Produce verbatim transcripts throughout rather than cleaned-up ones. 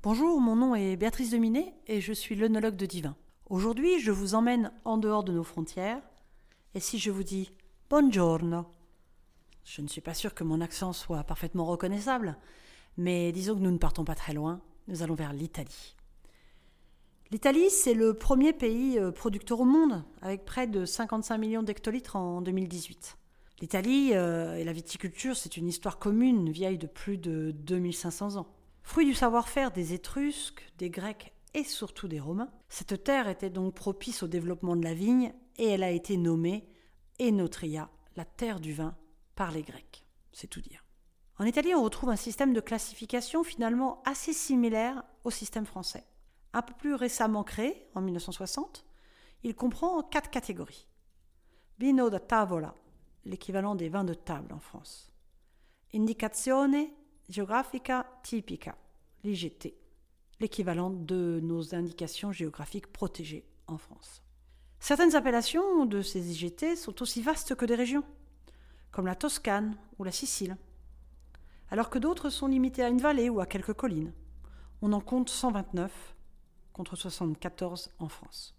Bonjour, mon nom est Béatrice Deminet et je suis l'œnologue de Divin. Aujourd'hui, je vous emmène en dehors de nos frontières. Et si je vous dis « Buongiorno », je ne suis pas sûre que mon accent soit parfaitement reconnaissable, mais disons que nous ne partons pas très loin, nous allons vers l'Italie. L'Italie, c'est le premier pays producteur au monde, avec près de cinquante-cinq millions d'hectolitres en deux mille dix-huit. L'Italie euh, et la viticulture, c'est une histoire commune, vieille de plus de deux mille cinq cents ans. Fruit du savoir-faire des Étrusques, des Grecs et surtout des Romains, cette terre était donc propice au développement de la vigne et elle a été nommée Enotria, la terre du vin, par les Grecs. C'est tout dire. En Italie, on retrouve un système de classification finalement assez similaire au système français. Un peu plus récemment créé, en dix-neuf cent soixante, il comprend quatre catégories. Vino da tavola, l'équivalent des vins de table en France. Indicazione geografica tipica, l'I G T, l'équivalent de nos indications géographiques protégées en France. Certaines appellations de ces I G T sont aussi vastes que des régions, comme la Toscane ou la Sicile, alors que d'autres sont limitées à une vallée ou à quelques collines. On en compte cent vingt-neuf contre soixante-quatorze en France.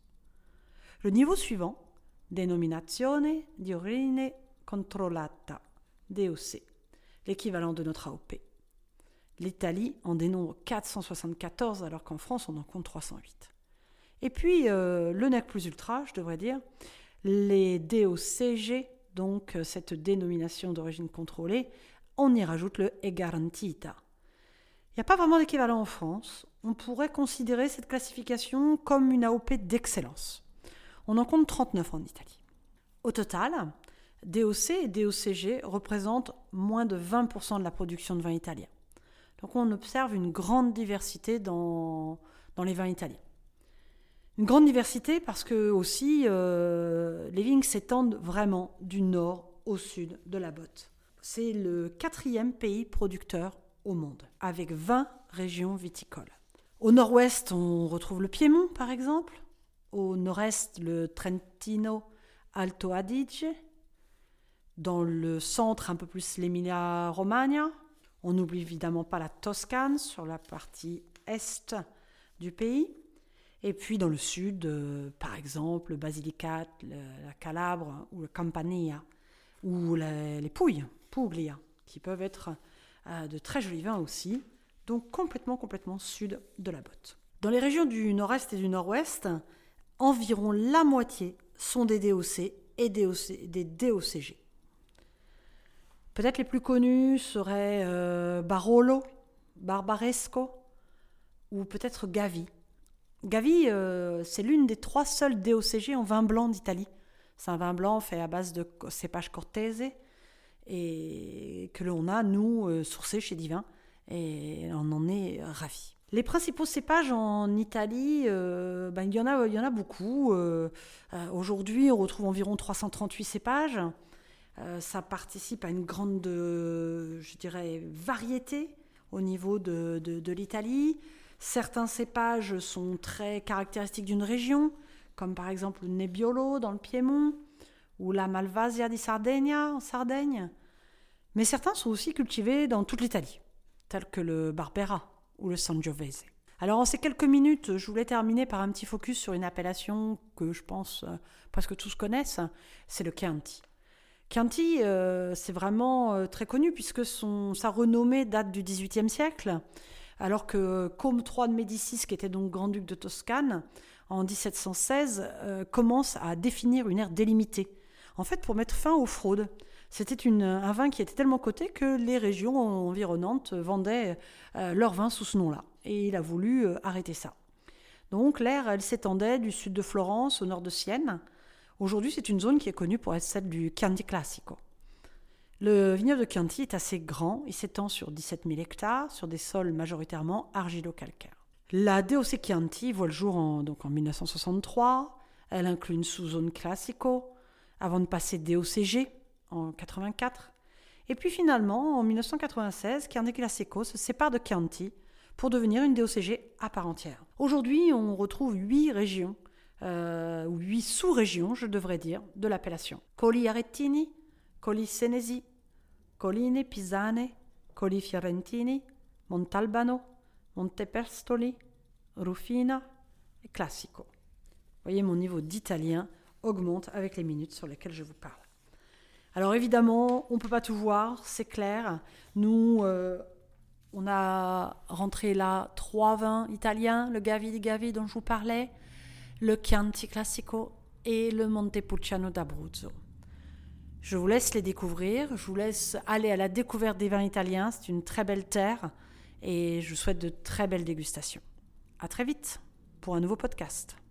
Le niveau suivant, Denominazione di origine controllata, D O C, l'équivalent de notre A O P. L'Italie en dénombre quatre cent soixante-quatorze alors qu'en France on en compte trois cent huit. Et puis euh, le nec plus ultra, je devrais dire, les D O C G, donc cette dénomination d'origine contrôlée, on y rajoute le E garantita. Il n'y a pas vraiment d'équivalent en France. On pourrait considérer cette classification comme une A O P d'excellence. On en compte trente-neuf en Italie. Au total, D O C et D O C G représentent moins de vingt pour cent de la production de vin italien. Donc on observe une grande diversité dans, dans les vins italiens. Une grande diversité parce que aussi euh, les vignes s'étendent vraiment du nord au sud de la botte. C'est le quatrième pays producteur au monde, avec vingt régions viticoles. Au nord-ouest, on retrouve le Piémont, par exemple. Au nord-est, le Trentino Alto Adige. Dans le centre, un peu plus l'Emilia-Romagna. On n'oublie évidemment pas la Toscane, sur la partie est du pays. Et puis dans le sud, euh, par exemple, le Basilicate, le, la Calabre ou le Campania, ou la, les Pouilles, Puglia, qui peuvent être euh, de très jolis vins aussi, donc complètement, complètement sud de la botte. Dans les régions du nord-est et du nord-ouest, environ la moitié sont des D O C et des, des D O C G. Peut-être les plus connus seraient euh, Barolo, Barbaresco ou peut-être Gavi. Gavi, euh, c'est l'une des trois seules D O C G en vin blanc d'Italie. C'est un vin blanc fait à base de cépage cortese et que l'on a, nous, euh, sourcé chez Divin et on en est ravis. Les principaux cépages en Italie, euh, ben, il y en a, il y en a beaucoup. Euh, euh, aujourd'hui, on retrouve environ trois cent trente-huit cépages. Euh, ça participe à une grande, euh, je dirais, variété au niveau de, de, de l'Italie. Certains cépages sont très caractéristiques d'une région, comme par exemple le Nebbiolo dans le Piémont ou la Malvasia di Sardegna en Sardaigne. Mais certains sont aussi cultivés dans toute l'Italie, tels que le Barbera ou le Sangiovese. Alors en ces quelques minutes, je voulais terminer par un petit focus sur une appellation que je pense euh, presque tous connaissent, c'est le Chianti. Chianti, euh, c'est vraiment euh, très connu puisque son, sa renommée date du dix-huitième siècle, alors que Côme trois de Médicis, qui était donc grand-duc de Toscane, en dix-sept cent seize, euh, commence à définir une ère délimitée. En fait, pour mettre fin aux fraudes. C'était une, un vin qui était tellement coté que les régions environnantes vendaient euh, leur vin sous ce nom-là. Et il a voulu euh, arrêter ça. Donc l'ère, elle s'étendait du sud de Florence au nord de Sienne. Aujourd'hui, c'est une zone qui est connue pour être celle du Chianti Classico. Le vignoble de Chianti est assez grand, il s'étend sur dix-sept mille hectares, sur des sols majoritairement argilo-calcaires. La D O C Chianti voit le jour en, donc en dix-neuf cent soixante-trois, elle inclut une sous-zone Classico, avant de passer D O C G en quatre-vingt-quatre, et puis finalement, en dix-neuf cent quatre-vingt-seize, Chianti Classico se sépare de Chianti pour devenir une D O C G à part entière. Aujourd'hui, on retrouve huit régions, euh, ou huit sous-régions, je devrais dire, de l'appellation. Colli Aretini, Colli Senesi, Colline Pisane, Colli Fiorentini, Montalbano, Montepestoli, Rufina et Classico. Vous voyez, mon niveau d'italien augmente avec les minutes sur lesquelles je vous parle. Alors évidemment, on ne peut pas tout voir, c'est clair. Nous, euh, on a rentré là trois vins italiens, le Gavi di Gavi dont je vous parlais, le Chianti Classico et le Montepulciano d'Abruzzo. Je vous laisse les découvrir, je vous laisse aller à la découverte des vins italiens, c'est une très belle terre et je vous souhaite de très belles dégustations. À très vite pour un nouveau podcast.